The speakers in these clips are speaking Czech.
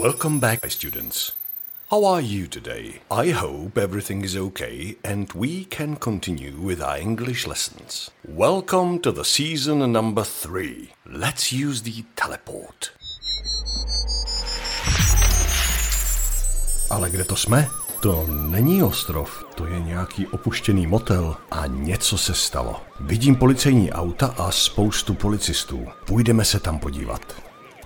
Welcome back, my students. How are you today? I hope everything is okay and we can continue with our English lessons. Welcome to the season number 3. Let's use the teleport. Ale kde to jsme? To není ostrov, to je nějaký opuštěný motel a něco se stalo. Vidím policejní auta a spoustu policistů. Půjdeme se tam podívat.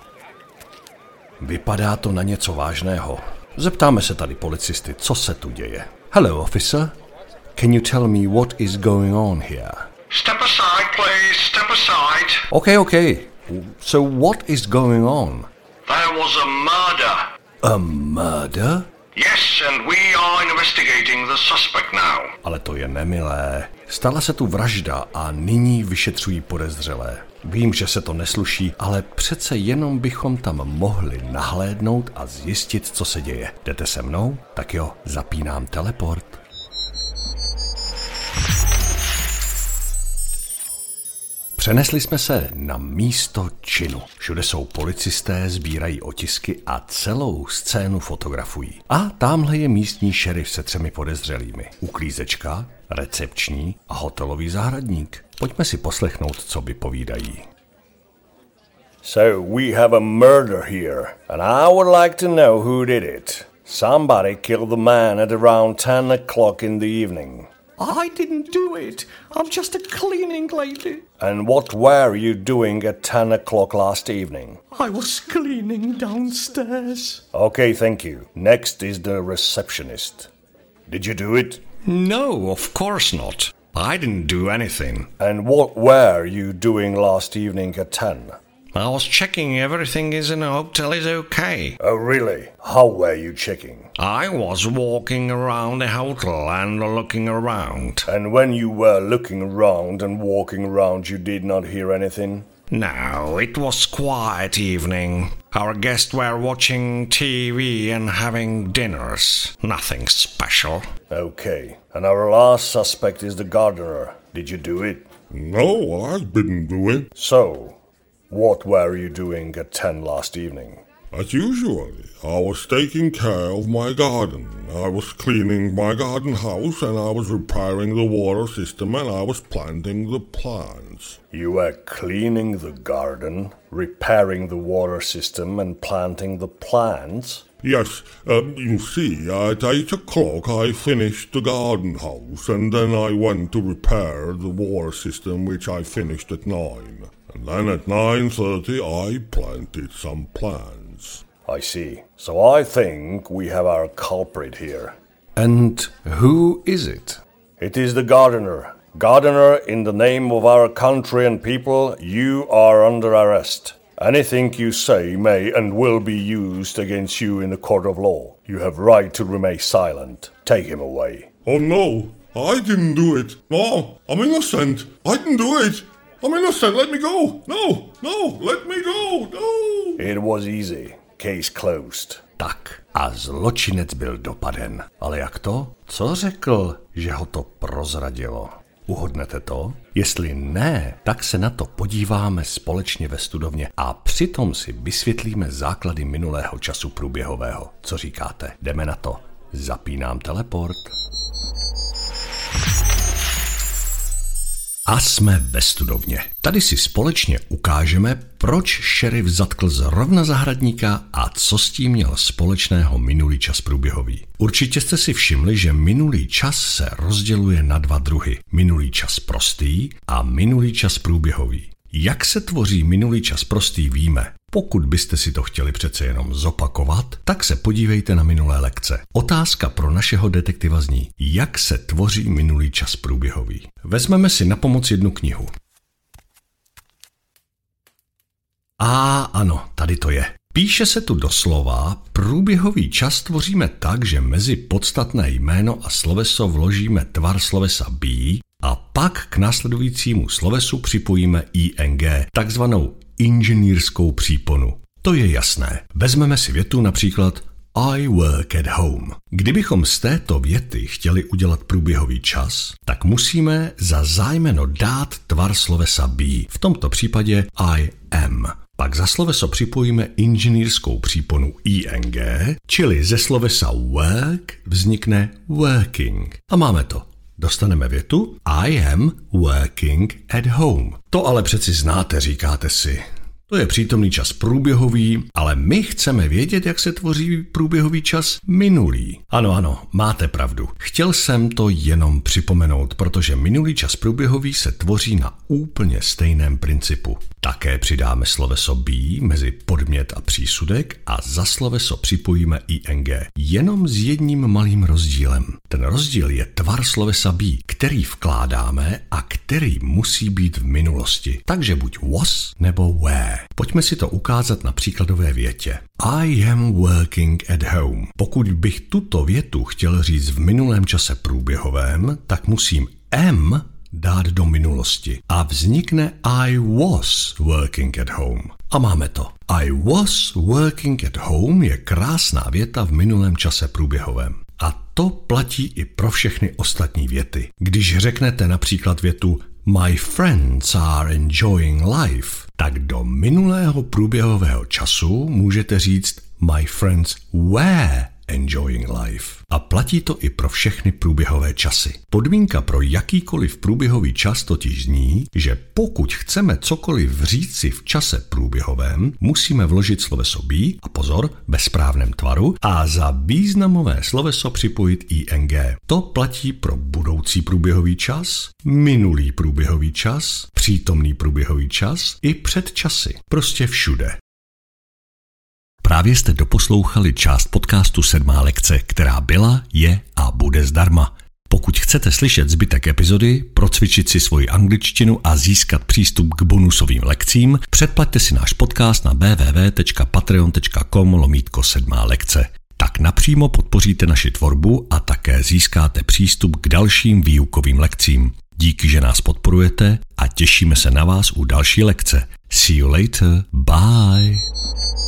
Vypadá to na něco vážného. Zeptáme se tady policisty, co se tu děje. Hello, officer. Can you tell me what is going on here? Step aside, please. Step aside. Okay. So what is going on? There was a murder. A murder? Yes, and we are investigating the suspect now. Ale to je nemilé. Stala se tu vražda a nyní vyšetřují podezřelé. Vím, že se to nesluší, ale přece jenom bychom tam mohli nahlédnout a zjistit, co se děje. Jdete se mnou? Tak jo, zapínám teleport. Přenesli jsme se na místo činu. Všude jsou policisté, sbírají otisky a celou scénu fotografují. A tamhle je místní šerif se 3 podezřelými. Uklízečka, recepční a hotelový zahradník. Pojďme si poslechnout, co vypovídají. So we have a murder here, and I would like to know who did it. Somebody killed the man at around 10 o'clock in the evening. I didn't do it. I'm just a cleaning lady. And what were you doing at 10 o'clock last evening? I was cleaning downstairs. Okay, thank you. Next is the receptionist. Did you do it? No, of course not. I didn't do anything. And what were you doing last evening at 10? I was checking everything in the hotel is okay. Oh, really? How were you checking? I was walking around the hotel and looking around. And when you were looking around and walking around, you did not hear anything? No, it was quiet evening. Our guests were watching TV and having dinners. Nothing special. Okay. And our last suspect is the gardener. Did you do it? No, I didn't do it. So, what were you doing at 10 last evening? As usual, I was taking care of my garden. I was cleaning my garden house and I was repairing the water system and I was planting the plants. You were cleaning the garden, repairing the water system and planting the plants? Yes, you see, at 8 o'clock I finished the garden house and then I went to repair the water system which I finished at 9. And then at 9:30 I planted some plants. I see. So I think we have our culprit here. And who is it? It is the gardener. Gardener, in the name of our country and people, you are under arrest. Anything you say may and will be used against you in the court of law. You have right to remain silent. Take him away. Oh no, I didn't do it. No, I'm innocent. I didn't do it. I'm innocent. Let me go. No, let me go. No. It was easy. Case closed. Tak, a zločinec byl dopaden. Ale jak to? Co řekl, že ho to prozradilo? Uhodnete to? Jestli ne, tak se na to podíváme společně ve studovně a přitom si vysvětlíme základy minulého času průběhového. Co říkáte? Jdeme na to. Zapínám teleport. A jsme ve studovně. Tady si společně ukážeme, proč šerif zatkl zrovna zahradníka a co s tím měl společného minulý čas průběhový. Určitě jste si všimli, že minulý čas se rozděluje na 2 druhy. Minulý čas prostý a minulý čas průběhový. Jak se tvoří minulý čas prostý, víme. Pokud byste si to chtěli přece jenom zopakovat, tak se podívejte na minulé lekce. Otázka pro našeho detektiva zní, jak se tvoří minulý čas průběhový. Vezmeme si na pomoc jednu knihu. A ano, tady to je. Píše se tu doslova, průběhový čas tvoříme tak, že mezi podstatné jméno a sloveso vložíme tvar slovesa be a pak k následujícímu slovesu připojíme ing, takzvanou inženýrskou příponu. To je jasné. Vezmeme si větu například I work at home. Kdybychom z této věty chtěli udělat průběhový čas, tak musíme za zájmeno dát tvar slovesa be, v tomto případě I am. Pak za sloveso připojíme inženýrskou příponu ing, čili ze slovesa work vznikne working. A máme to. Dostaneme větu I am working at home. To ale přeci znáte, říkáte si. To je přítomný čas průběhový, ale my chceme vědět, jak se tvoří průběhový čas minulý. Ano, máte pravdu. Chtěl jsem to jenom připomenout, protože minulý čas průběhový se tvoří na úplně stejném principu. Také přidáme sloveso be mezi podmět a přísudek a za sloveso připojíme ing. Jenom s jedním malým rozdílem. Ten rozdíl je tvar slovesa be, který vkládáme a který musí být v minulosti. Takže buď was nebo were. Pojďme si to ukázat na příkladové větě. I am working at home. Pokud bych tuto větu chtěl říct v minulém čase průběhovém, tak musím am dát do minulosti a vznikne I was working at home. A máme to. I was working at home je krásná věta v minulém čase průběhovém. A to platí i pro všechny ostatní věty. Když řeknete například větu My friends are enjoying life, tak do minulého průběhového času můžete říct My friends were enjoying life. A platí to i pro všechny průběhové časy. Podmínka pro jakýkoliv průběhový čas totiž zní, že pokud chceme cokoliv říci v čase průběhovém, musíme vložit sloveso be, a pozor, ve správném tvaru, a za významové sloveso připojit ing. To platí pro budoucí průběhový čas, minulý průběhový čas, přítomný průběhový čas i předčasy. Prostě všude. Právě jste doposlouchali část podcastu 7. lekce, která byla, je a bude zdarma. Pokud chcete slyšet zbytek epizody, procvičit si svoji angličtinu a získat přístup k bonusovým lekcím, předplaťte si náš podcast na www.patreon.com/7 lekce. Tak napřímo podpoříte naši tvorbu a také získáte přístup k dalším výukovým lekcím. Díky, že nás podporujete a těšíme se na vás u další lekce. See you later. Bye.